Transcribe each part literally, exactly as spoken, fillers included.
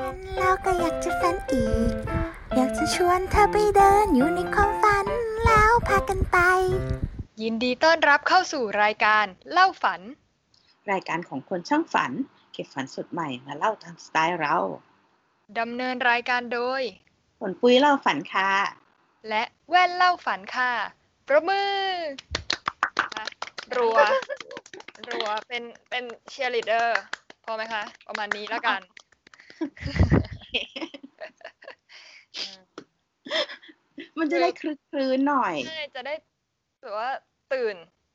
นแล้วก็อยากจะฝันอีกอยากจะชวนเธอไปเดินอยู่ในความฝันแล้วพากันไปยินดีต้อนรับเข้าสู่รายการเล่าฝันรายการของคนช่างฝันเก็บฝันสุดใหม่มาเล่าตามสไตล์เราดำเนินรายการโดยฝนปุ้ยเล่าฝันค่ะและแว่นเล่าฝันค่ะประมือรัวรัวเป็นเป็นเชียร์ลีดเดอร์พอไหมคะประมาณนี้แล้วกันมันจะได้คลึกคลื้นหน่อยใช่จะได้แบบว่าตื่น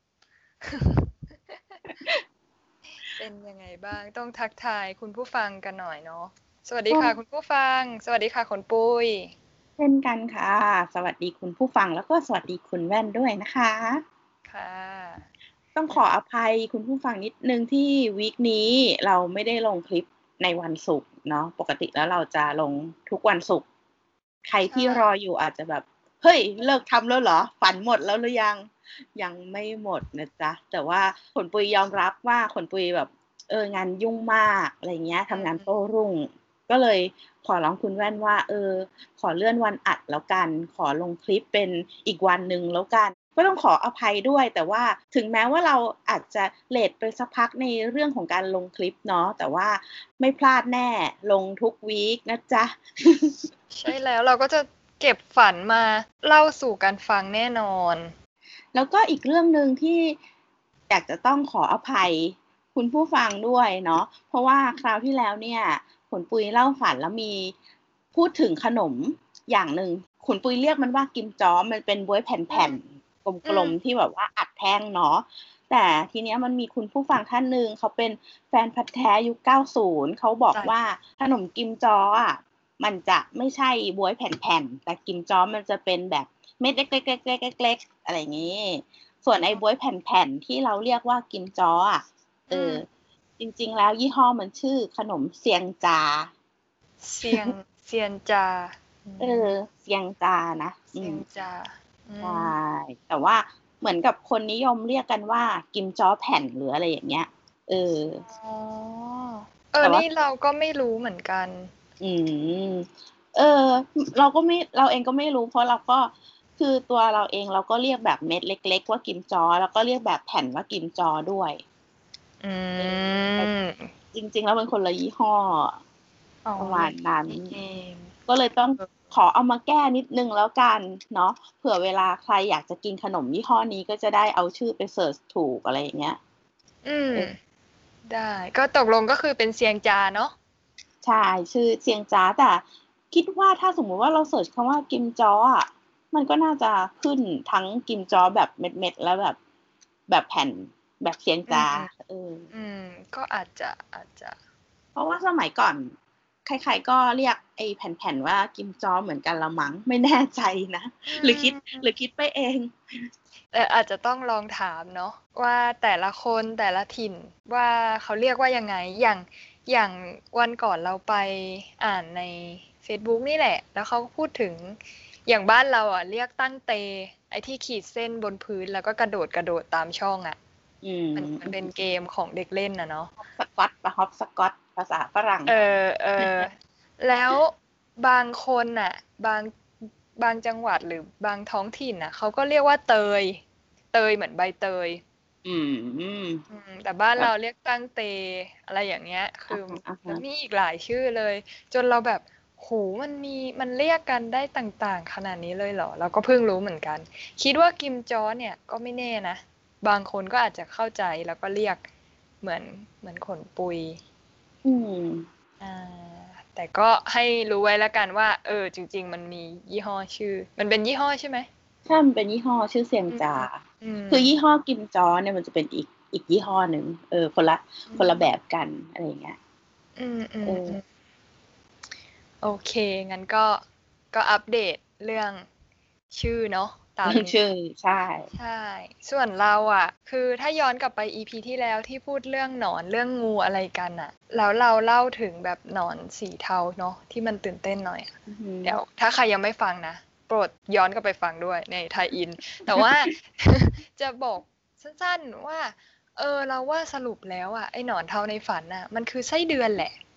เป็นยังไงบ้างต้องทักทายคุณผู้ฟังกันหน่อยเนาะสวัสดีค่ะคุณผู้ฟังสวัสดีค่ะขนปุ้ยเช่นกันค่ะสวัสดีคุณผู้ฟังแล้วก็สวัสดีคุณแว่นด้วยนะคะค่ะต้องขออภัยคุณผู้ฟังนิดนึงที่วีคนี้เราไม่ได้ลงคลิปในวันศุกร์เนาะปกติแล้วเราจะลงทุกวันศุกร์ใครที่รออยู่อาจจะแบบเฮ้ยเลิกทำแล้วเหรอฝันหมดแล้วหรือยังยังไม่หมดนะจ๊ะแต่ว่าขนปุยยอมรับว่าขนปุยแบบเอองานยุ่งมากอะไรเงี้ยทำงานโต้รุ่งก็เลยขอร้องคุณแว่นว่าเออขอเลื่อนวันอัดแล้วกันขอลงคลิปเป็นอีกวันนึงแล้วกันก็ต้องขออภัยด้วยแต่ว่าถึงแม้ว่าเราอาจจะเลทไปสักพักในเรื่องของการลงคลิปเนาะแต่ว่าไม่พลาดแน่ลงทุกวีคนะจ๊ะใช่แล้วเราก็จะเก็บฝันมาเล่าสู่กันฟังแน่นอนแล้วก็อีกเรื่องนึงที่อยากจะต้องขออภัยคุณผู้ฟังด้วยเนาะเพราะว่าคราวที่แล้วเนี่ยขนปุยเล่าฝันแล้วมีพูดถึงขนมอย่างนึงขนปุยเรียกมันว่ากิมจ้อมันเป็นบ๊วยแผ่นๆกลมๆที่แบบว่าอัดแท่งเนาะแต่ทีเนี้ยมันมีคุณผู้ฟังท่านนึงเขาเป็นแฟนพันธุ์แท้ยุคเก้าสิบเขาบอกว่าขนมกิมจ้ออ่ะมันจะไม่ใช่บ๊วยแผ่นๆแต่กิมจ้อมันจะเป็นแบบเม็ดเล็กๆๆๆๆอะไรอย่างงี้ส่วนไอ้บ๊วยแผ่นๆที่เราเรียกว่ากิมจ้ออ่ะเออจริงๆแล้วยี่ห้อมันชื่อขนมเซียงจาเซียงเซียนจาเออเซียงจานะเซียงจาใช่แต่ว่าเหมือนกับคนนิยมเรียกกันว่ากิมจ้อแผ่นหรืออะไรอย่างเงี้ยเอออ๋อเออนี่เราก็ไม่รู้เหมือนกันอืมเออเราก็ไม่เราเองก็ไม่รู้เพราะเราก็คือตัวเราเองเราก็เรียกแบบเม็ดเล็กๆว่ากิมจ้อแล้วก็เรียกแบบแผ่นว่ากิมจ้อด้วยอืมจริงๆแล้วเป็นคนละยี่ห้อประมาณนั้นก็เลยต้องขอเอามาแก้นิดนึงแล้วกันเนาะเผื่อเวลาใครอยากจะกินขนมยี่ห้อนี้ก็จะได้เอาชื่อไปเสิร์ชถูกอะไรอย่างเงี้ยอืมได้ก็ตกลงก็คือเป็นเซียงจาเนาะใช่ชื่อเซียงจ้าแต่คิดว่าถ้าสมมุติว่าเราเสิร์ชคำว่ากิมจ้ออ่ะมันก็น่าจะขึ้นทั้งกิมจ้อแบบเม็ดๆแล้วแบบแบบแผ่นแบบเซียงจ้าเอออืมก็อาจจะอาจจะเพราะว่าสมัยก่อนใครๆก็เรียกไอ้แผ่นๆว่ากิมจ้อเหมือนกันละมั้งไม่แน่ใจนะหรือคิดหรือคิดไปเองแต่อาจจะต้องลองถามเนาะว่าแต่ละคนแต่ละถิ่นว่าเขาเรียกว่ายังไงอย่างอย่างวันก่อนเราไปอ่านใน Facebook นี่แหละแล้วเขาก็พูดถึงอย่างบ้านเราอ่ะเรียกตั้งเตไอ้ที่ขีดเส้นบนพื้นแล้วก็กระโดดกระโดดตามช่องอ่ะมันมันเป็นเกมของเด็กเล่นน่ะเนาะสก๊อตปะฮอปสก๊อตภาษาฝรั่งเออเออแล้วบางคนน่ะบางบางจังหวัดหรือบางท้องถิ่นน่ะเขาก็เรียกว่าเตยเตยเหมือนใบเตยอืมอืมแต่บ้านเราเรียกตั้งเตอะไรอย่างเงี้ยคือมันมีอีกหลายชื่อเลยจนเราแบบโหมันมีมันเรียกกันได้ต่างๆขนาดนี้เลยเหรอเราก็เพิ่งรู้เหมือนกันคิดว่ากิมจ้อเนี่ยก็ไม่แน่นะบางคนก็อาจจะเข้าใจแล้วก็เรียกเหมือนเหมือนขนปุยอืมอ่าแต่ก็ให้รู้ไว้แล้วกันว่าเออจริงๆมันมียี่ห้อชื่อมันเป็นยี่ห้อใช่ไหมใช่มันเป็นยี่ห้อชื่อเซียงจาคือยี่ห้อกิมจ้อเนี่ยมันจะเป็นอีกอีกยี่ห้อหนึ่งเออคนละคนละแบบกันอะไรอย่างเงี้ยอืมอืมโอเคงั้นก็ก็อัปเดตเรื่องชื่อเนาะตามชื่อใช่ใช่ส่วนเราอ่ะคือถ้าย้อนกลับไป อี พี ที่แล้วที่พูดเรื่องหนอนเรื่องงูอะไรกันอ่ะแล้วเราเล่าถึงแบบหนอนสีเทาเนาะที่มันตื่นเต้นหน่อยเดี๋ยวถ้าใครยังไม่ฟังนะโปรดย้อนกลับไปฟังด้วยในไทยอินแต่ว่า จะบอกสั้นๆว่าเออเราว่าสรุปแล้วอ่ะไอ้หนอนเทาในฝันน่ะมันคือไส้เดือนแหละ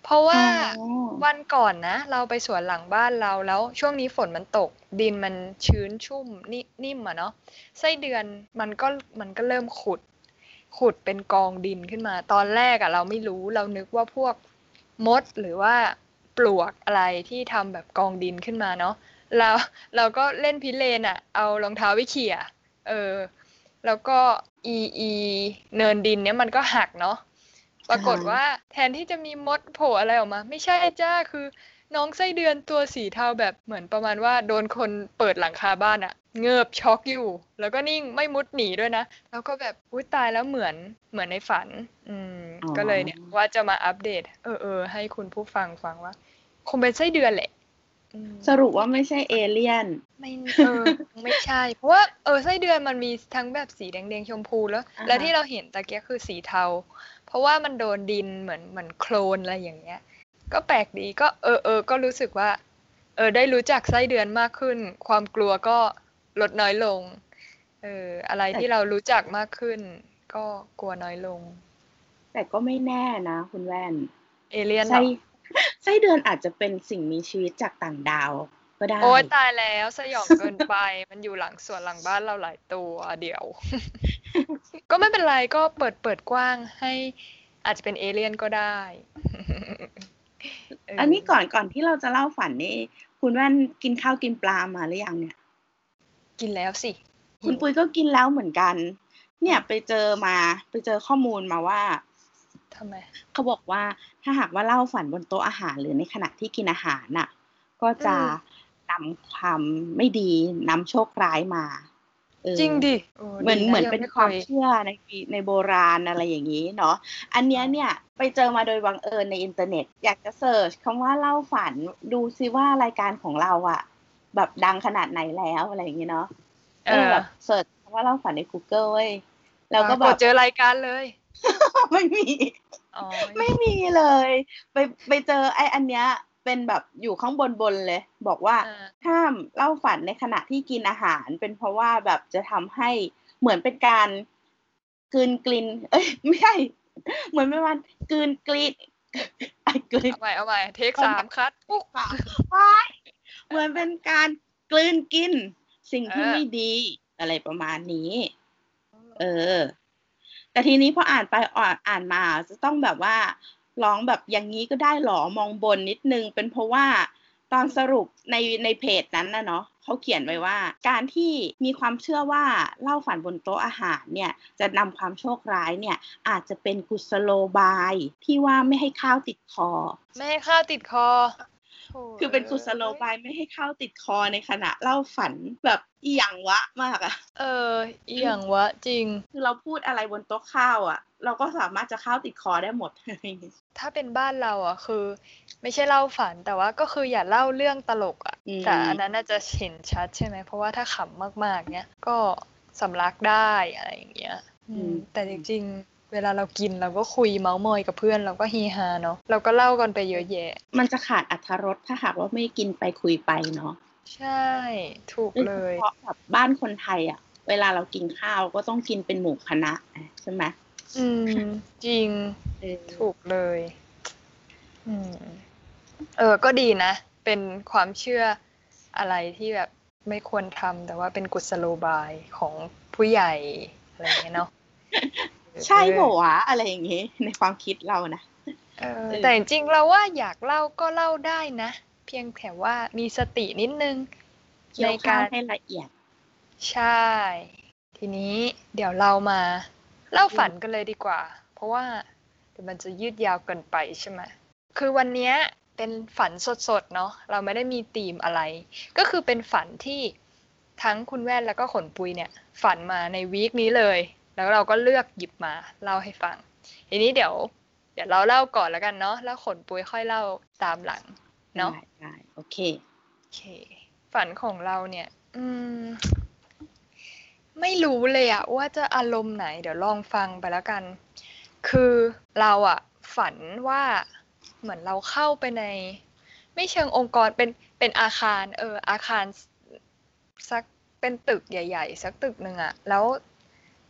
เพราะว่าอ๋อวันก่อนนะ เราไปสวนหลังบ้านเราแล้วช่วงนี้ฝนมันตก ดินมันชื้นชุ่มนินิ่มอะเนาะไส้เดือนมันก็มันก็เริ่มขุด ขุดเป็นกองดินขึ้นมา ตอนแรกอะเราไม่รู้เรานึกว่าพวกมดหรือว่าปลวกอะไรที่ทำแบบกองดินขึ้นมาเนาะเราเราก็เล่นพิเรนอะเอารองเท้าไปเขี่ยเออ แล้วก็อีอีเนินดินเนี้ยมันก็หักเนาะปรากฏว่าแทนที่จะมีมดโผล่อะไรออกมา ไม่ใช่จ้าคือน้องไส้เดือนตัวสีเทาแบบเหมือนประมาณว่าโดนคนเปิดหลังคาบ้านอะเงิบช็อกอยู่ แล้วก็นิ่งไม่มุดหนีด้วยนะ แล้วก็แบบอุ๊ยตายแล้วเหมือนเหมือนในฝัน อืมอ๋อก็เลยเนี่ยว่าจะมาอัปเดต เออเออให้คุณผู้ฟังฟังว่า คงเป็นไส้เดือนแหละอืมสรุปว่าไม่ใช่เอเลี่ยนไม่เออ ไม่ใช่ เพราะว่าเออไส้เดือนมันมีทั้งแบบสีแดงๆชมพูแล้วอ่าฮะแล้วที่เราเห็นตะเกียคือสีเทา เพราะว่ามันโดนดินเหมือนเหมือนโคลนอะไรอย่างเงี้ย ก็แปลกดีก็เออเออก็รู้สึกว่า เออได้รู้จักไส้เดือนมากขึ้น ความกลัวก็ลดน้อยลง เอออะไรที่เรารู้จักมากขึ้น ก็กลัวน้อยลงแต่ก็ไม่แน่นะคุณแว่นเอเลี่ยนเหรไส้อไส้เดือนอาจจะเป็นสิ่งมีชีวิตจากต่างดาวก็ได้โอ๊ยตายแล้วสยองเกินไป มันอยู่หลังสวนหลังบ้านเราหลายตัวเดี๋ยว ก็ไม่เป็นไรก็เปิดเปิดกว้างให้อาจจะเป็นเอเลี่ยนก็ได้ เอันนี้ก่อนก่อนที่เราจะเล่าฝันนี่คุณแว่นกินข้าวกินปลามาหรือยังเนี่ยกินแล้วสิคุณปุ้ยก็กินแล้วเหมือนกัน เนี่ยไปเจอมาไปเจอข้อมูลมาว่าทำไมเขาบอกว่าถ้าหากว่าเล่าฝันบนโต๊ะอาหารหรือในขณะที่กินอาหารน่ะ ก็จะอืมนำความไม่ดีนำโชคร้ายมาเออจริงดิโเหมือนดีะเหมือนยังเป็นไความยเชื่อในในโบราณอะไรอย่างนี้เนาะอันเนี้ยเนี่ยไปเจอมาโดยบังเอิญในอินเทอร์เน็ต อยากจะเสิร์ชคำว่าเล่าฝันดูซิว่ารายการของเราอะแบบดังขนาดไหนแล้วอะไรอย่างนี้เนาะเอก็เลยอแบบเสิร์ชคำว่าเล่าฝันใน Google เว้ยแล้วก็ปแบรากฏบเจอรายการเลยไม่มีอ๋อไม่มีเลย ไปไปเจอไอ้อันเนี้ยเป็นแบบอยู่ข้างบนบนเลย บอกว่าเออห้ามเล่าฝันในขณะที่กินอาหาร เป็นเพราะว่าแบบจะทำให้เหมือนเป็นการกลืนกลิน เอ้ยไม่ใช่ เหมือนเป็นการกลืนกลิน ไอ้กลืนเอาใหม่เอาใหม่เทคสามคัดปุ๊กเหมือนเป็นการกลืนกิน สิ่งที่เออไม่ดี อะไรประมาณนี้ เออ แต่ทีนี้พออ่านไปอ่านอ่านมาจะต้องแบบว่าร้องแบบอย่างนี้ก็ได้หรอมองบนนิดนึง เป็นเพราะว่าตอนสรุปในในเพจนั้นนะเนาะเขาเขียนไว้ว่า การที่มีความเชื่อว่าเล่าฝันบนโต๊ะอาหารเนี่ย จะนำความโชคร้ายเนี่ย อาจจะเป็นกุศโลบายที่ว่าไม่ให้ข้าวติดคอไม่ให้ข้าวติดคอโถ่คือเป็นกุศโลบายไม่ให้ข้าวติดคอในขณะเล่าฝันแบบอีหยังวะมากอะเอออีหยังวะจริงคือเราพูดอะไรบนโต๊ะข้าวอะเราก็สามารถจะข้าวติดคอได้หมดถ้าเป็นบ้านเราอ่ะคือ ไม่ใช่เล่าฝันแต่ว่าก็คืออย่าเล่าเรื่องตลกอ่ะอืมแต่อันนั้นน่าจะเห็นชัดใช่ไหมเพราะว่าถ้าขำมากๆเนี้ยก็สำลักได้อะไรอย่างเงี้ยอืมแต่จริงๆเวลาเรากินเราก็คุยเมาท์มอยกับเพื่อนเราก็เฮฮาเนาะเราก็เล่ากันไปเยอะแยะมันจะขาดอรรถรสถ้าหากว่าไม่กินไปคุยไปเนาะใช่ถูกโดยเลเฉยพาะแบบบ้านคนไทยอะเวลาเรากินข้าวก็ต้องกินเป็นหมู่คณะใช่ไหมอืมจริงเออถูกเลย อืม เออ ก็ดีนะ เป็นความเชื่ออะไรที่แบบไม่ควรทำแต่ว่าเป็นกุศโลบายของผู้ใหญ่อะไรอย่างเงี้ยเนาะใช่โหวะอะไรอย่างงี้ ในความคิดเรานะเออ แต่จริงๆเราว่าอยากเล่าก็เล่าได้นะ เพียงแต่ว่ามีสตินิดนึงเคี่ยวข้าวให้ละเอียดใช่ ทีนี้เดี๋ยวเรามาเล่าฝันกันเลยดีกว่า เพราะว่าเดี๋ยวมันจะยืดยาวเกินไปใช่ไหม คือวันเนี้ยเป็นฝันสดๆเนาะ เราไม่ได้มีธีมอะไร ก็คือเป็นฝันที่ทั้งคุณแว่นแล้วก็ขนปุยเนี่ย ฝันมาในวีคนี้เลย แล้วเราก็เลือกหยิบมาเล่าให้ฟัง ทีนี้เดี๋ยว เดี๋ยวเราเล่าก่อนแล้วกันเนาะ แล้วขนปุยค่อยเล่าตามหลังเนาะได้ได้โอเคโอเค ฝันของเราเนี่ย อืม ไม่รู้เลยอะว่าจะอารมณ์ไหน เดี๋ยวลองฟังไปแล้วกัน คือเราอะฝันว่าเหมือนเราเข้าไปใน ไม่เชิงองค์กรเป็นเป็นอาคาร เออ อาคารสักเป็นตึกใหญ่ๆสักตึกหนึ่งอะแล้ว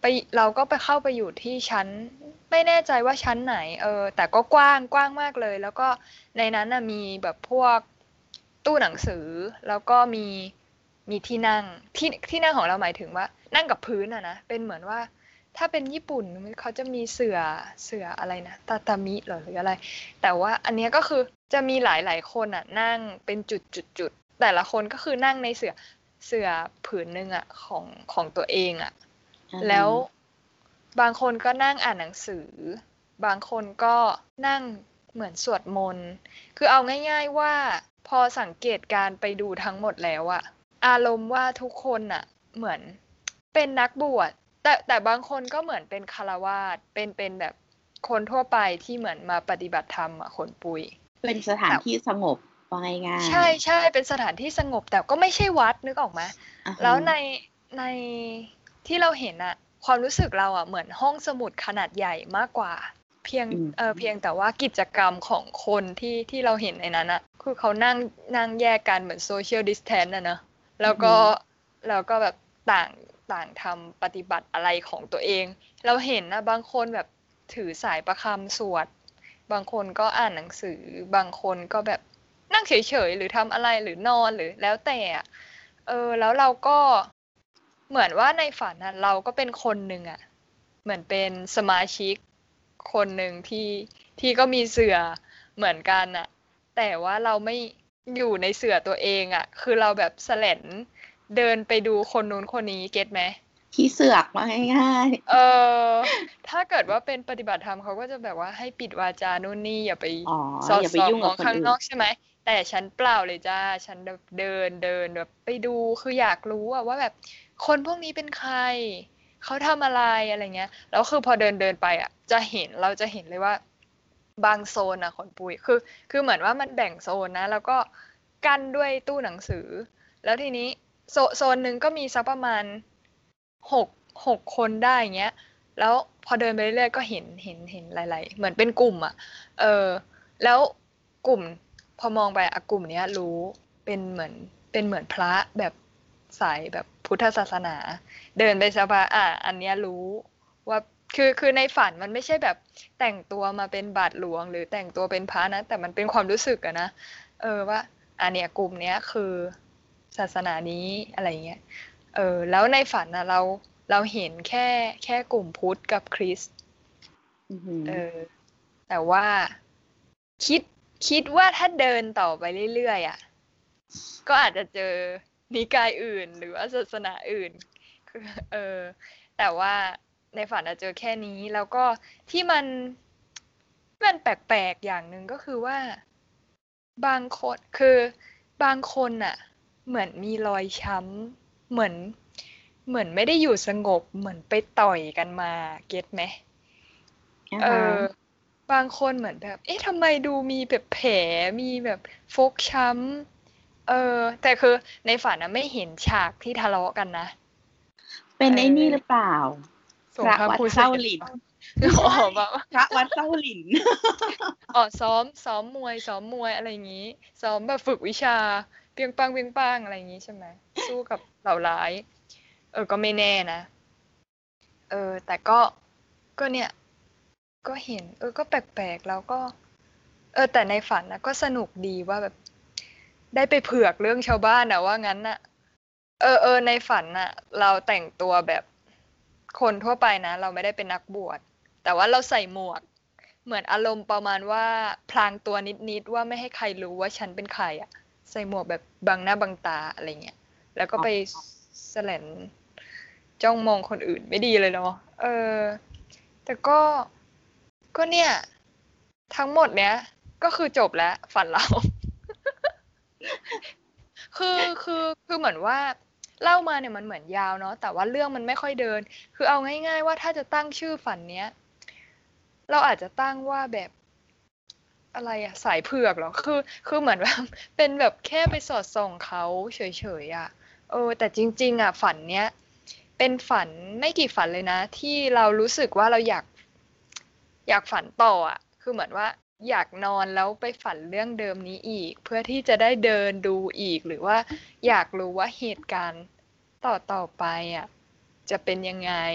ไปเราก็ไปเข้าไปอยู่ที่ชั้นไม่แน่ใจว่าชั้นไหนเออแต่ก็กว้างกว้างมากเลยแล้วก็ในนั้นน่ะมีแบบพวกตู้หนังสือแล้วก็มีมีที่นั่งที่ที่นั่งของเราหมายถึงว่านั่งกับพื้นอะนะเป็นเหมือนว่าถ้าเป็นญี่ปุ่นเขาจะมีเสื่อเสื่ออะไรนะตาตามิเหรอหรืออะไรแต่ว่าอันเนี้ยก็คือจะมีหลายๆคนอะนั่งเป็นจุดจุดจุดแต่ละคนก็คือนั่งในเสื่อเสื่อผืนนึงอะของของตัวเองอะแล้วบางคนก็นั่งอ่านหนังสือบางคนก็นั่งเหมือนสวดมนต์คือเอาง่ายๆว่าพอสังเกตการไปดูทั้งหมดแล้วอะอารมณ์ว่าทุกคนอะเหมือนเป็นนักบวชแต่แต่บางคนก็เหมือนเป็นฆราวาสเป็นเป็นแบบคนทั่วไปที่เหมือนมาปฏิบัติธรรมอะคนปุยเป็นสถานที่สงบว่าง่ายๆใช่ใช่เป็นสถานที่สงบแต่ก็ไม่ใช่วัดนึกออกไหมแล้วในในที่เราเห็นอะความรู้สึกเราอะเหมือนห้องสมุดขนาดใหญ่มากกว่าเพียงเออเพียงแต่ว่ากิจกรรมของคนที่ที่เราเห็นในนั้นอะคือเขานั่งนั่งแยกกันเหมือนโซเชียลดิสแทนซ์อะเนอะแล้วก็แล้วก็แบบต่างต่างทำปฏิบัติอะไรของตัวเองเราเห็นนะบางคนแบบถือสายประคำสวดบางคนก็อ่านหนังสือบางคนก็แบบนั่งเฉยๆหรือทำอะไรหรือนอนหรือแล้วแต่อะเออแล้วเราก็เหมือนว่าในฝันอะเราก็เป็นคนหนึ่งอะเหมือนเป็นสมาชิกคนหนึ่งที่ที่ก็มีเสื่อเหมือนกันอะแต่ว่าเราไม่อยู่ในเสื่อตัวเองอะคือเราแบบแสลนเดินไปดูคนนู้นคนนี้เก็ตไหมขี้เสือกมาง่ายๆเออถ้าเกิดว่าเป็นปฏิบัติธรรมเขาก็จะแบบว่าให้ปิดวาจานู่นนี่อย่าไปสอดส่องมองข้างนอกใช่ไหมแต่ฉันเปล่าเลยจ้าฉันเดินเดินแบบไปดูคืออยากรู้อะว่าแบบคนพวกนี้เป็นใครเขาทำอะไรอะไรเงี้ยแล้วคือพอเดินเดินไปอ่ะจะเห็นเราจะเห็นเลยว่าบางโซนอ่ะขนปุยคือคือเหมือนว่ามันแบ่งโซนนะแล้วก็กั้นด้วยตู้หนังสือแล้วทีนี้โซโซนหนึ่งก็มีสักประมาณหกหกคนได้เงี้ยแล้วพอเดินไปเรื่อยๆก็เห็นเห็นเห็นหลายๆเหมือนเป็นกลุ่มอ่ะเออแล้วกลุ่มพอมองไปอ่ะกลุ่มเนี้ยรู้เป็นเหมือนเป็นเหมือนพระแบบสายแบบพุทธศาสนาเดินไปสักพักอ่ะอันเนี้ยรู้ว่าคือคือในฝันมันไม่ใช่แบบแต่งตัวมาเป็นบาทหลวงหรือแต่งตัวเป็นพระนะแต่มันเป็นความรู้สึกอะนะเออว่าอันเนี้ยกลุ่มเนี้ยคือศาสนานี้อะไรเงี้ยเออแล้วในฝันอะเราเราเห็นแค่แค่กลุ่มพุทธกับคริสต์เออแต่ว่าคิดคิดว่าถ้าเดินต่อไปเรื่อยๆอ่ะก็อาจจะเจอนิกายอื่นหรือว่าศาสนาอื่นคือเออแต่ว่าในฝันอะเจอแค่นี้แล้วก็ที่มันมันแปลกๆอย่างหนึ่งก็คือว่าบางคนคือบางคนอะเหมือนมีรอยช้ำเหมือนเหมือนไม่ได้อยู่สงบเหมือนไปต่อยกันมาเก็ตไหมเออบางคนเหมือนแบบเอ๊ะทำไมดูมีแบบแผลมีแบบฟกช้ำเออแต่คือในฝันนะไม่เห็นฉากที่ทะเลาะกันนะเป็นไอ้นี่หรือเปล่าพระวัดเส้าหลินอ๋อแบบพระวัดเส้าหลินอ๋อซ้อมซ้อมมวยซ้อมมวยอะไรอย่างงี้ซ้อมแบบฝึกวิชาเปียงปังเปียงปังอะไรอย่างงี้ใช่ไหมสู้กับเหล่าร้ายเออก็ไม่แน่นะเออแต่ก็ก็เนี่ยก็เห็นเออก็แปลกๆแล้วก็เออแต่ในฝันนะก็สนุกดีว่าแบบได้ไปเผือกเรื่องชาวบ้านนะว่างั้นน่ะเออเออในฝันน่ะเราแต่งตัวแบบคนทั่วไปนะเราไม่ได้เป็นนักบวชแต่ว่าเราใส่หมวกเหมือนอารมณ์ประมาณว่าพลางตัวนิดๆว่าไม่ให้ใครรู้ว่าฉันเป็นใครอ่ะใส่หมวกแบบบังหน้าบังตาอะไรเงี้ยแล้วก็ไปแสลนจ้องมองคนอื่นไม่ดีเลยเนาะเออแต่ก็ก็เนี่ยทั้งหมดเนี้ยก็คือจบแล้วฝันเรา คือคือคือเหมือนว่าเล่ามาเนี่ยมันเหมือนยาวเนาะแต่ว่าเรื่องมันไม่ค่อยเดินคือเอาง่ายๆว่าถ้าจะตั้งชื่อฝันเนี้ยเราอาจจะตั้งว่าแบบอะไรอะสายเผือกเหรอคือคือเหมือนว่าเป็นแบบแค่ไปสอดส่องเขาเฉยๆอะเออแต่จริงๆอะฝันเนี้ยเป็นฝันไม่กี่ฝันเลยนะที่เรารู้สึกว่าเราอยากอยากฝันต่ออะคือเหมือนว่าอยากนอนแล้วไปฝันเรื่องเดิมนี้อีกเพื่อที่จะได้เดินดูอีกหรือว่าอยากรู้ว่าเหตุการณ์ต่อต่อไปอ่ะจะเป็นยังไง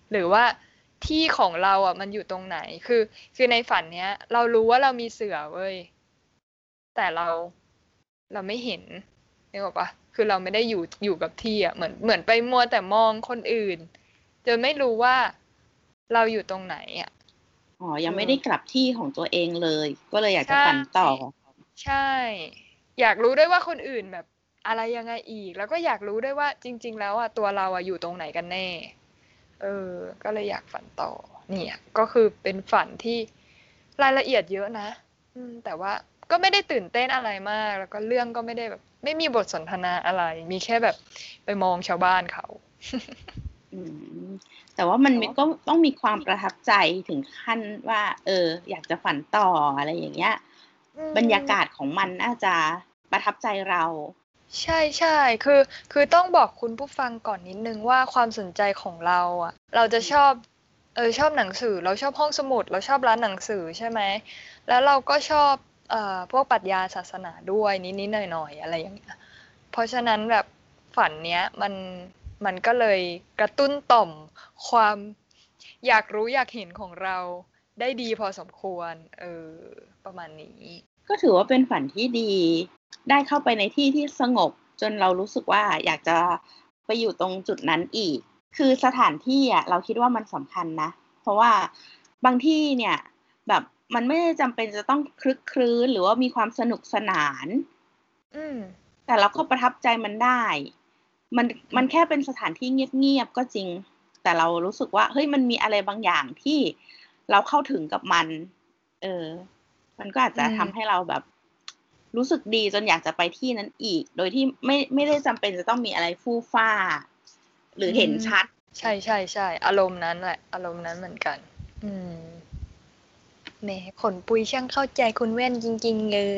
หรือว่าที่ของเราอ่ะมันอยู่ตรงไหนคือคือในฝันเนี้ยเรารู้ว่าเรามีเสือเว้ยแต่เราเราไม่เห็นนึกออกปะคือเราไม่ได้อยู่อยู่กับที่อ่ะเหมือนเหมือนไปมัวแต่มองคนอื่นจนไม่รู้ว่าเราอยู่ตรงไหนอ่ะอ๋อยังไม่ได้กลับที่ของตัวเองเลยก็เลยอยากจะใช่ฝันต่อใช่อยากรู้ด้วยว่าคนอื่นแบบอะไรยังไงอีกแล้วก็อยากรู้ด้วยว่าจริงๆแล้วอ่ะตัวเราอ่ะอยู่ตรงไหนกันแน่เออก็เลยอยากฝันต่อเนี่ยก็คือเป็นฝันที่รายละเอียดเยอะนะอืมแต่ว่าก็ไม่ได้ตื่นเต้นอะไรมากแล้วก็เรื่องก็ไม่ได้แบบไม่มีบทสนทนาอะไรมีแค่แบบไปมองชาวบ้านเขาอืมแต่ว่ามันก็ต้องมีความประทับใจถึงขั้นว่า เออ อยากจะฝันต่ออะไรอย่างเงี้ยบรรยากาศของมันน่าจะประทับใจเราใช่ใช่คือคือต้องบอกคุณผู้ฟังก่อนนิดนึงว่าความสนใจของเราอ่ะเราจะชอบเออชอบหนังสือเราชอบห้องสมุดเราชอบร้านหนังสือใช่ไหมแล้วเราก็ชอบเอ่อพวกปรัชญาศาสนาด้วยนิดๆหน่อยๆอะไรอย่างเงี้ยเพราะฉะนั้นแบบฝันเนี้ยมันมันก็เลยกระตุ้นต่อมความอยากรู้อยากเห็นของเราได้ดีพอสมควรเออประมาณนี้ก็ถือว่าเป็นฝันที่ดีได้เข้าไปในที่ที่สงบจนเรารู้สึกว่าอยากจะไปอยู่ตรงจุดนั้นอีกคือสถานที่อ่ะเราคิดว่ามันสำคัญนะเพราะว่าบางที่เนี่ยแบบมันไม่ได้จำเป็นจะต้องคลึกครื้นหรือว่ามีความสนุกสนานอืมแต่เราก็ประทับใจมันได้มันมันแค่เป็นสถานที่เงียบๆก็จริงแต่เรารู้สึกว่าเฮ้ยมันมีอะไรบางอย่างที่เราเข้าถึงกับมันเออมันก็อาจจะทำให้เราแบบรู้สึกดีจนอยากจะไปที่นั้นอีกโดยที่ไม่ไม่ได้จำเป็นจะต้องมีอะไรฟู่ฟ้าหรือเห็นชัดใช่ใช่ใช่อารมณ์นั้นแหละอารมณ์นั้นเหมือนกันอืมแหมขนปุยช่างเข้าใจคุณแว่นจริงๆเลย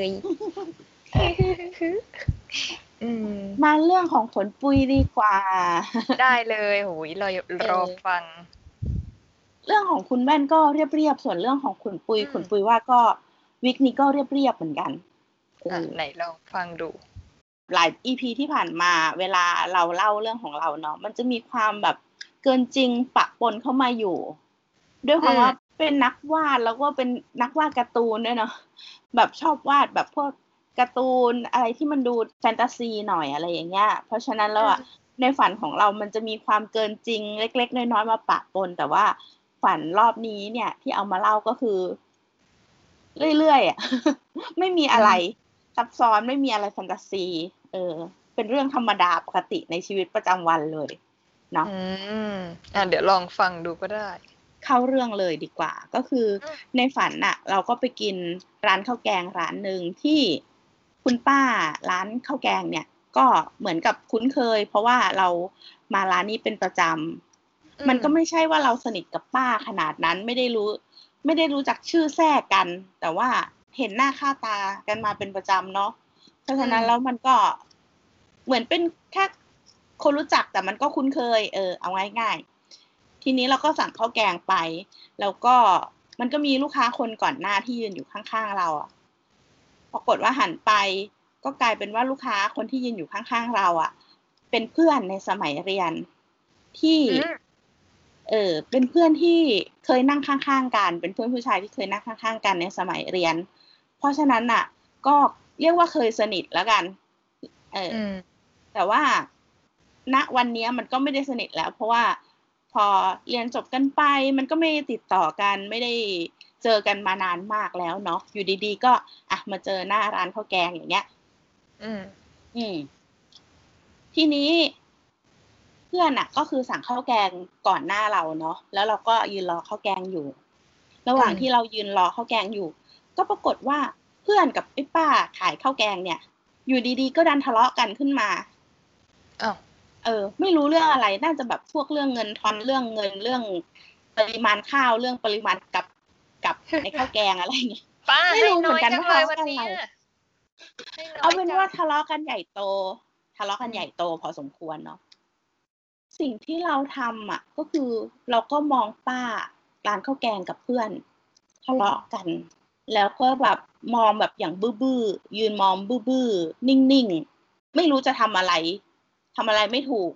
อืมมาเรื่องของขนปุยดีกว่าได้เลยโหยรอรอฟังเรื่องของคุณแว่นก็เรียบๆส่วนเรื่องของคุณปุยคุณปุยว่าก็วิกนี้ก็เรียบๆเหมือนกันอ่ะไหนลองฟังดูหลาย อี พี ที่ผ่านมาเวลาเราเล่าเรื่องของเราเนาะมันจะมีความแบบเกินจริงปะปนเข้ามาอยู่ด้วยความว่าเป็นนักวาดแล้วก็เป็นนักวาดการ์ตูนด้วยเนาะแบบชอบวาดแบบพวกการ์ตูนอะไรที่มันดูแฟนตาซีหน่อยอะไรอย่างเงี้ยเพราะฉะนั้นแล้วอ่ะในฝันของเรามันจะมีความเกินจริงเล็กๆน้อยๆมาปะปนแต่ว่าฝันรอบนี้เนี่ยที่เอามาเล่าก็คือเรื่อยๆอ่ะ ไม่มีอะไรซับซ้อนไม่มีอะไรแฟนตาซีเออเป็นเรื่องธรรมดาปกติในชีวิตประจำวันเลยเนาะอืมอ่ะเดี๋ยวลองฟังดูก็ได้เข้าเรื่องเลยดีกว่าก็คือในฝันน่ะเราก็ไปกินร้านข้าวแกงร้านหนึ่งที่คุณป้าร้านข้าวแกงเนี่ยก็เหมือนกับคุ้นเคยเพราะว่าเรามาร้านนี้เป็นประจำมันก็ไม่ใช่ว่าเราสนิทกับป้าขนาดนั้นไม่ได้รู้ไม่ได้รู้จักชื่อแทรกกันแต่ว่าเห็นหน้าค่าตากันมาเป็นประจำเนาะเพราะฉะนั้นแล้วมันก็เหมือนเป็นแค่คนรู้จักแต่มันก็คุ้นเคยเออเอาง่ายๆทีนี้เราก็สั่งข้าวแกงไปแล้วก็มันก็มีลูกค้าคนก่อนหน้าที่ยืนอยู่ข้างๆเราอ่ะปรากฏว่าหันไปก็กลายเป็นว่าลูกค้าคนที่ยืนอยู่ข้างๆเราอ่ะเป็นเพื่อนในสมัยเรียนที่เออเป็นเพื่อนที่เคยนั่งข้างๆกันเป็นเพื่อนผู้ชายที่เคยนั่งข้างๆกันในสมัยเรียนเพราะฉะนั้นน่ะก็เรียกว่าเคยสนิทแล้วกันเออแต่ว่าณวันนี้มันก็ไม่ได้สนิทแล้วเพราะว่าพอเรียนจบกันไปมันก็ไม่ติดต่อกันไม่ได้เจอกันมานานมากแล้วเนาะอยู่ดีๆก็อ่ะมาเจอหน้าร้านข้าวแกงอย่างเงี้ยอืมอืมทีนี้เพื่อนอ่ะก็คือสั่งข้าวแกงก่อนหน้าเราเนาะแล้วเราก็ยืนรอข้าวแกงอยู่ระหว่างที่เรายืนรอข้าวแกงอยู่ก็ปรากฏว่าเพื่อนกับไอ้ป้าขายข้าวแกงเนี่ยอยู่ดีๆก็ดันทะเลาะกันขึ้นมาอ้าวเออไม่รู้เรื่องอะไรน่าจะแบบพวกเรื่องเงินทอนเรื่องเงินเรื่องปริมาณข้าวเรื่องปริมาณกับกับไอ้ข้าวแกงอะไรเงี้ยไม่รู้เหมือนกันว่าทะเลาะกันอะไรเอาเป็นว่าทะเลาะกันใหญ่โตทะเลาะกันใหญ่โตพอสมควรเนาะสิ่งที่เราทำอ่ะก็คือเราก็มองป้าร้านข้าวแกงกับเพื่อนทะเลาะกันแล้วก็แบบมองแบบอย่างบื้อๆยืนมองบื้อๆนิ่งๆไม่รู้จะทำอะไรทำอะไรไม่ถูก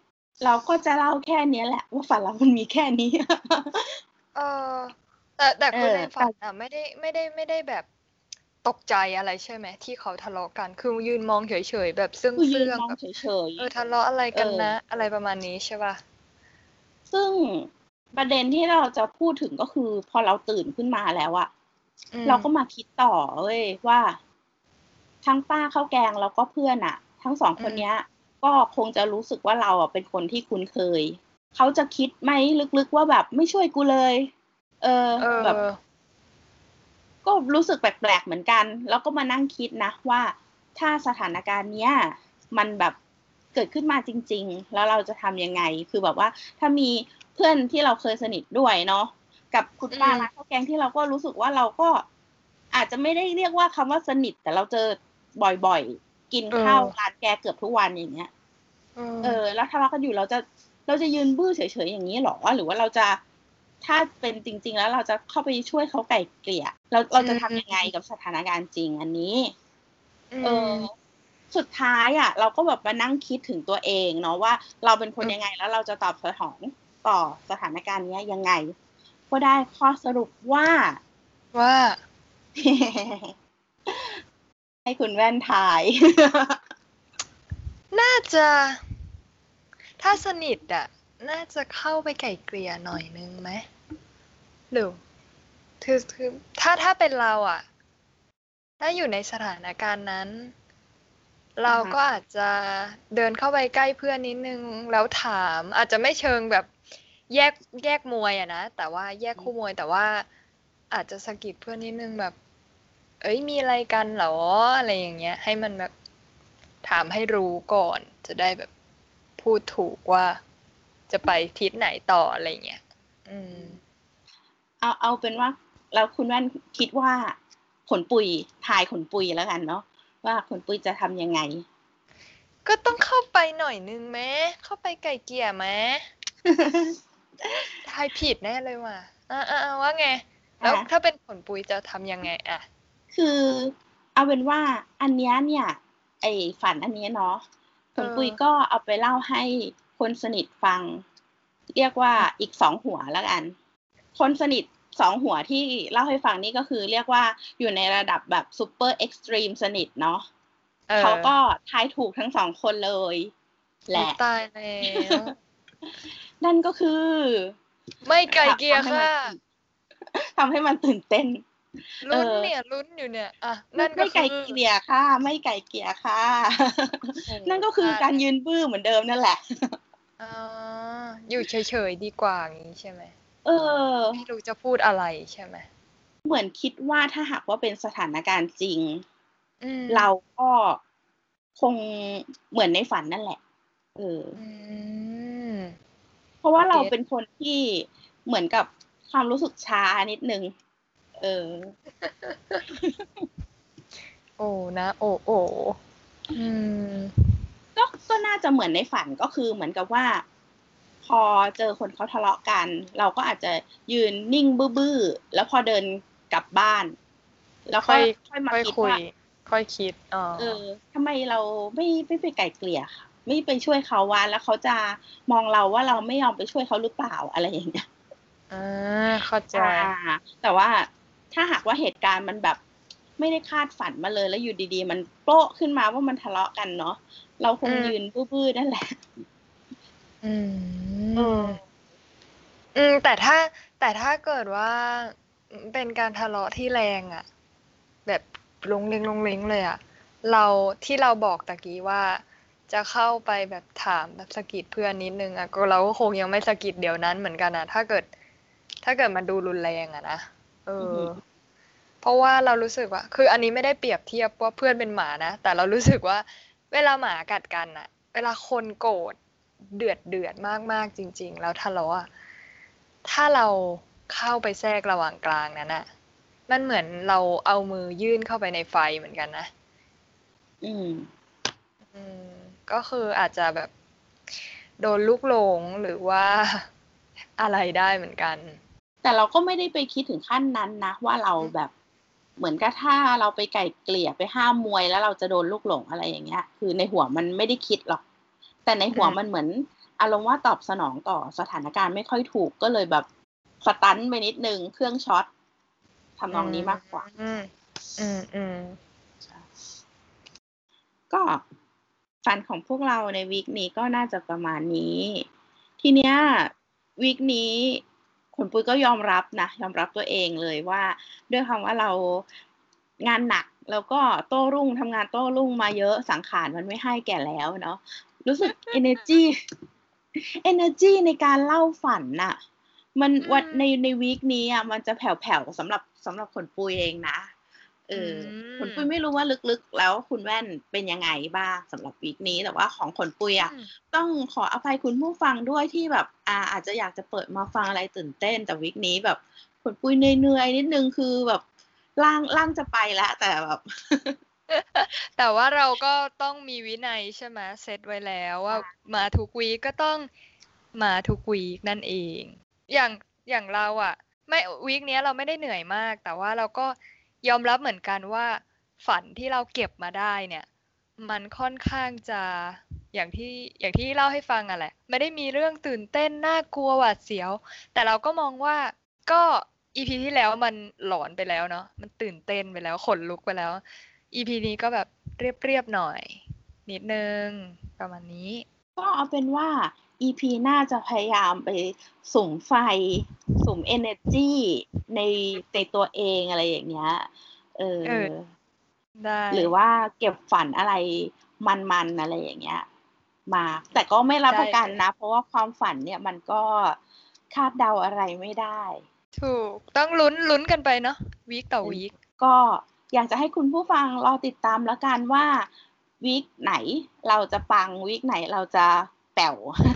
เราก็จะเล่าแค่นี้แหละว่าฝันเรามันมีแค่นี้เออแต่แต่เอคืออในฝันอ่ะไม่ได้ไม่ได้ไม่ได้แบบตกใจอะไรใช่ไหมที่เขาทะเลาะกันคือยืนมองเฉยๆแบบเซื่องคือยืเซื่นองมองแบบเฉยเออทะเลาะอะไรๆ เอกันอนะ อะไรประมาณนี้ใช่ป่ะซึ่งประเด็นที่เราจะพูดถึงก็คือ พอเราตื่นขึ้นมาแล้วอะอืเรามก็มาคิดต่อเว้ยว่า ทั้งป้าข้าวแกงแล้วก็เพื่อนน่ะ ทั้ง สองอืคนมเนี้ย ก็คงจะรู้สึกว่าเราอะเป็นคนที่คุ้นเคย เขาจะคิดไหมลึก ๆ ว่าแบบไม่ช่วยกูเลย เออเอแบบอก็รู้สึกแปลก ๆ เหมือนกัน แล้วก็มานั่งคิดนะว่า ถ้าสถานการณ์เนี้ย มันแบบเกิดขึ้นมาจริง ๆ แล้วเราจะทำยังไง คือแบบว่าถ้ามีเพื่อนที่เราเคยสนิทด้วยเนาะ กับคุณอืป้าม ร้านข้าวแกงที่เราก็รู้สึกว่า เราก็อาจจะไม่ได้เรียกว่าคำว่าสนิท แต่เราเจอบ่อย ๆ กินเอข้าวอร้านแกเกือบทุกวัน อย่างเงี้ยเอเอออ แล้วทะเลาะกันอยู่ เราจะ เราจะยืนบื้อเฉย ๆ อย่างงี้เหรอ หรือว่าเราจะ ถ้าเป็นจริง ๆ แล้วเราจะเข้าไปช่วยเขาไกล่เกลี่ย เรา เราจะทำยังไงอืมกับสถานการณ์จริงอันนี้อืเออมสุดท้ายอะเราก็แบบมานั่งคิดถึงตัวเองเนาะว่า เราเป็นคอืนมยังไง แล้วเราจะตอบสนองต่อสถานการณ์เนี้ยยังไง ก็ได้ข้อสรุปว่าว่าให้คุณแว่นทายน่าจะ ถ้าสนิทอะ น่าจะเข้าไปไกล่เกลี่ยหน่อยหนึ่งไหม หรือ คือ คือ ถ้า ถ้าเป็นเราอะ ถ้าอยู่ในสถานการณ์นั้น เราอะฮะก็อาจจะเดินเข้าไปใกล้เพื่อนนิดหนึ่ง แล้วถาม อาจจะไม่เชิงแบบแยก แยกมวยอะนะ แต่ว่าแยกอืคู่มมวย แต่ว่าอาจจะสะกิดเพื่อนนิดหนึ่งแบบ "เฮ้ย มีอะไรกันเหรอ?" อะไรอย่างเงี้ย ให้มันแบบถามให้รู้ก่อน จะได้แบบพูดถูกว่า จะไปทิศไหนต่อ อะไรอย่างเงี้ย อืมเอา เอาเป็นว่า แล้วคุณแว่นคิดว่า ขนปุย ทายขนปุยแล้วกันเนาะว่า ขนปุยจะทำยังไง? ก็ต้องเข้าไปหน่อยหนึ่งไหม เข้าไปไกล่เกลี่ยไหม ทายผิดแน่เลยว่ะ อา ๆ ๆ ว่าไง? แล้อวาถ้าเป็นขนปุยจะทำยังไงอะ? คือเอาเป็นว่า อันเนี้ยเนี่ย ไอ้ฝันอันนี้เนาะ ขนปุยเออก็เอาไปเล่าให้คนสนิทฟัง เรียกว่าอืมอีก สอง หัวแล้วกัน คนสนิท สอง หัวที่เล่าให้ฟังนี่ ก็คือเรียกว่าอยู่ในระดับแบบ super extreme สนิทเนาะเอเขาอก็ทายถูกทั้ง สอง คนเลย แหอุล๊ยะตายแล้วนั่นก็คือไม่ไกล่ทเกลี่ยคทำให้มั่นะตื่น ทำให้มันตื่นเต้นลเอุ้นอเนี่ย ลุ้นอยู่เนี่ย อะไมนั่่นไมก็่คไกล่ืเกอลี่ยค่ะ ไม่ไกล่เกลี่ยค่ะโอ้โฮนั่นก็พลคือาดการแล้วยืนบื้อเหมือนเดิมนั่นแหละอ๋อ อยู่เฉย ๆ ดีกว่า อย่างงี้ใช่ไหม? เออไม่รู้จะพูดอะไรใช่ไหม? เหมือนคิดว่า ถ้าหากว่าเป็นสถานการณ์จริงอืเรมาก็คงเหมือนในฝันนั่นแหละ เอออืมเพราะว่าเรเกา็เตป็นคนที่เหมือนกับความรู้สึกช้านิดหนึ่ง เออโอ้ นะ โอ๋ ๆ อืมก็ ก็น่าจะเหมือนในฝัน ก็คือเหมือนกับว่า พอเจอคนเขาทะเลาะกัน เราก็อาจจะยืนนิ่งบื้อ ๆ แล้วพอเดินกลับบ้าน แล้วคก็่อยค่อยมคา่อยคิดวคุย่าค่อยคิด อ๋อเออ ทำไมเราไม่ ไม่ไปไกล่เกลี่ย ไม่ไปช่วยเขาวะ แล้วเขาจะมองเราว่า เราไม่ยอมไปช่วยเขาหรือเปล่า อะไรอย่าง เงี้ยอา เข้าใจอา แต่ว่าถ้าหากว่าเหตุการณ์มันแบบไม่ได้คาดฝันมาเลย แล้วอยู่ดี ๆ มันโป๊ะขึ้นมาว่า มันทะเลาะกันเนาะ เราคอืมงยืนบื้อ ๆ นั่น แหละอืเอมออืม แต่ถ้า แต่ถ้าเกิดว่า อือ เป็นการทะเลาะที่แรงอะ แบบรุงริง ๆ เลยอะ เรา ที่เราบอกตะกี้ว่า จะเข้าไปแบบถาม แบบสะกิดเพื่อนนิดหนึ่งอะ ก็ เราก็คงยังไม่สะกิดเดี๋ยวนั้นเหมือนกันอะ ถ้าเกิด ถ้าเกิดมันดูรุนแรงอะนะ เอออือฮึเพราะว่าเรารู้สึกว่า คืออันนี้ไม่ได้เปรียบเทียบว่าเพื่อนเป็นหมานะ แต่เรารู้สึกว่า เวลาหมากัดกันน่ะ เวลาคนโกรธเดือด ๆ มาก ๆ จริง ๆ แล้วทะเลาะอะ ถ้าเราเข้าไปแทรกระหว่างกลางนั้นน่ะ มันเหมือนเราเอามือยื่นเข้าไปในไฟเหมือนกันนะอืมอืม ก็คืออาจจะแบบ โดนลูกหลง หรือว่า อะไรได้เหมือนกันแต่เราก็ไม่ได้ไปคิดถึงขั้นนั้นนะว่า เราอือแบบ เหมือนกับถ้าเราไปไกล่เกลี่ย ไปห้ามมวย แล้วเราจะโดนลูกหลง อะไรอย่างเงี้ย คือในหัวมันไม่ได้คิดหรอก แต่ในอหัวืมมันเหมือนอารมณ์ว่าตอบสนองต่อสถานการณ์ไม่ค่อยถูกก็เลยแบบสตันไปนิดนึงเครื่องช็อตทำนองนี้มากกว่าอืมอืมอืมก็ฟันของพวกเราในวีคนี้ก็น่าจะประมาณนี้ทีเนี้ยวีคนี้คุณปุ้ยก็ยอมรับนะยอมรับตัวเองเลยว่าด้วยคำว่าเรางานหนักแล้วก็โต้รุ่งทำงานโต้รุ่งมาเยอะสังขารมันไม่ให้แก่แล้วเนาะรู้สึก energy energy ในการเล่าฝันน่ะมันวันในในวีคนี้อ่ะมันจะแผ่วๆสำหรับสำหรับคนปุ้ยเองนะเออขนปุ้ยไม่รู้ว่าลึกๆแล้วคุณแว่นเป็นยังไงบ้างสำหรับวีคนี้แต่ว่าของขนปุ้ยอ่ะต้องขออภัยคุณผู้ฟังด้วยที่แบบอ่าอาจจะอยากจะเปิดมาฟังอะไรตื่นเต้นแต่วีคนี้แบบขนปุ้ยเหนื่อยๆนิดนึงคือแบบร่างร่างจะไปแล้วแต่แบบแต่ว่าเราก็ต้องมีวินัยใช่ไหมเซตไว้แล้วว่ามาทุกวีคก็ต้องมาทุกวีคนั่นเองอย่างอย่างเราอ่ะไม่วีคนี้เราไม่ได้เหนื่อยมากแต่ว่าเราก็ยอมรับเหมือนกันว่าฝันที่เราเก็บมาได้เนี่ยมันค่อนข้างจะอย่างที่อย่างที่เล่าให้ฟังอ่ะแหละไม่ได้มีเรื่องตื่นเต้นน่ากลัวหวาดเสียวแต่เราก็มองว่าก็อีพีที่แล้วมันหลอนไปแล้วเนาะมันตื่นเต้นไปแล้วขนลุกไปแล้ว อี พี นี้ก็แบบเรียบๆหน่อยนิดนึงประมาณนี้ก็เอาเป็นว่า อี พี น่าจะพยายามไปสุมไฟสุม energy ในในตัวเองอะไรอย่างเงี้ยเออเออได้หรือว่าเก็บฝันอะไรมันๆอะไรอย่างเงี้ยมาแต่ก็ไม่รับประกันนะเพราะว่าความฝันเนี่ยมันก็คาดเดาอะไรไม่ได้ถูกต้องลุ้นลุ้นกันไปเนาะวีคต่อวีคก็อยากจะให้คุณผู้ฟังรอติดตามแล้วกันว่าวีคไหนเราจะปังวีคไหนเราจะแป๋ว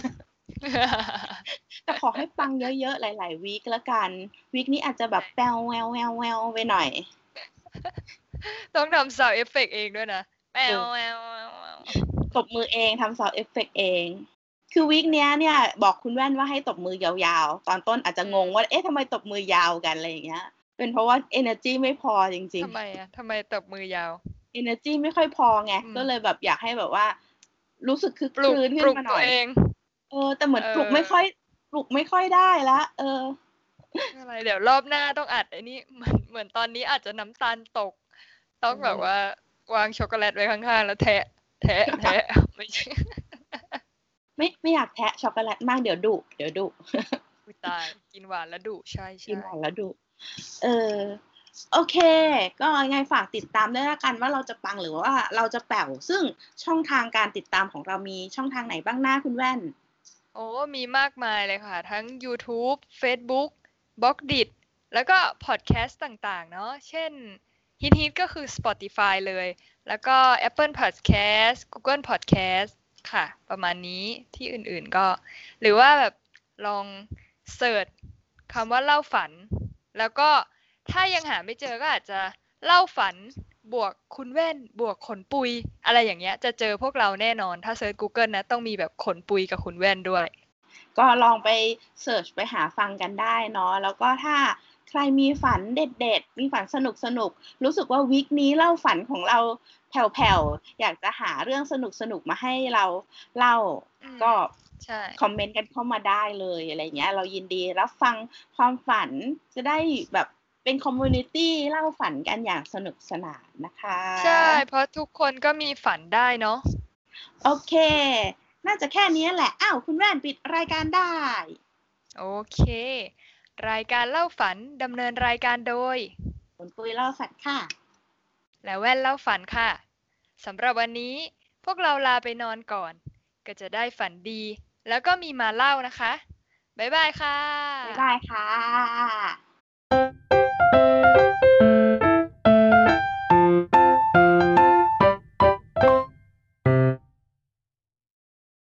แต่ขอให้ปังเยอะๆหลายๆวีคแล้วกันวีคนี้อาจจะแบบแปวแววแววแววไปหน่อยต้องทำ sound effect เองด้วยนะแปวแววตบมือเองทำ sound effect เองคือวีคนี้เนี่ยบอกคุณแว่นว่าให้ตบมือยาวๆตอนต้นอาจจะงงว่าเอ๊ะทำไมตบมือยาวกันอะไรอย่างเงี้ยเป็นเพราะว่า energy ไม่พอจริงๆทำไมอ่ะทำไมตบมือยาว energy ไม่ค่อยพอไงก็เลยแบบอยากให้แบบว่ารู้สึกคึกคืนขึ้นมาหน่อยเออแต่เหมือนปลุกไม่ค่อยปลุกไม่ค่อยได้ละเอออะไรเดี๋ยวรอบหน้าต้องอัดไอ้นี่เหมือนเหมือนตอนนี้อาจจะน้ำตาลตกต้องแบบว่าวางช็อกโกแลตไว้ข้างๆแล้วแทะแทะแทะไม่ใช่ไม่ไม่อยากแทะช็อกโกแลตมากเดี๋ยวดุเดี๋ยวดุอุ๊ยตายกินหวานแล้วดุใช่ใช่กินหวานแล้วดุเออโอเคก็ยังไงฝากติดตามด้วยละกันว่าเราจะปังหรือว่าเราจะแป๋วซึ่งช่องทางการติดตามของเรามีช่องทางไหนบ้างหน้าคุณแว่นโอ้มีมากมายเลยค่ะทั้ง YouTube Facebook บล็อกดิทแล้วก็พอดแคสต์ต่างๆเนาะเช่นฮิตฮิตก็คือ Spotify เลยแล้วก็ Apple Podcast Google Podcast ค่ะประมาณนี้ที่อื่นๆก็หรือว่าแบบลองเสิร์ชคำว่าเล่าฝันแล้วก็ถ้ายังหาไม่เจอก็อาจจะเล่าฝันบวกคุณแว่นบวกขนปุยอะไรอย่างเงี้ยจะเจอพวกเราแน่นอนถ้าเซิร์ช Google นะต้องมีแบบขนปุยกับคุณแว่นด้วยก็ลองไปเสิร์ชไปหาฟังกันได้เนาะแล้วก็ถ้าใครมีฝันเด็ดๆมีฝันสนุกๆรู้สึกว่าวีคนี้เล่าฝันของเราแผ่วๆอยากจะหาเรื่องสนุกๆมาให้เราเล่าก็คอมเมนต์กันเข้ามาได้เลยอะไรเงี้ยเรายินดีรับฟังความฝันจะได้แบบเป็นคอมมูนิตี้เล่าฝันกันอย่างสนุกสนานนะคะใช่เพราะทุกคนก็มีฝันได้เนาะโอเคน่าจะแค่นี้แหละอ้าวคุณแว่นปิดรายการได้โอเครายการเล่าฝันดำเนินรายการโดยคุณปุ้ยเล่าฝันค่ะและแว่นเล่าฝันค่ะสำหรับวันนี้พวกเราลาไปนอนก่อนก็จะได้ฝันดีแล้วก็มีมาเล่านะคะบ๊ายบายค่ะบ๊ายบายค่ะ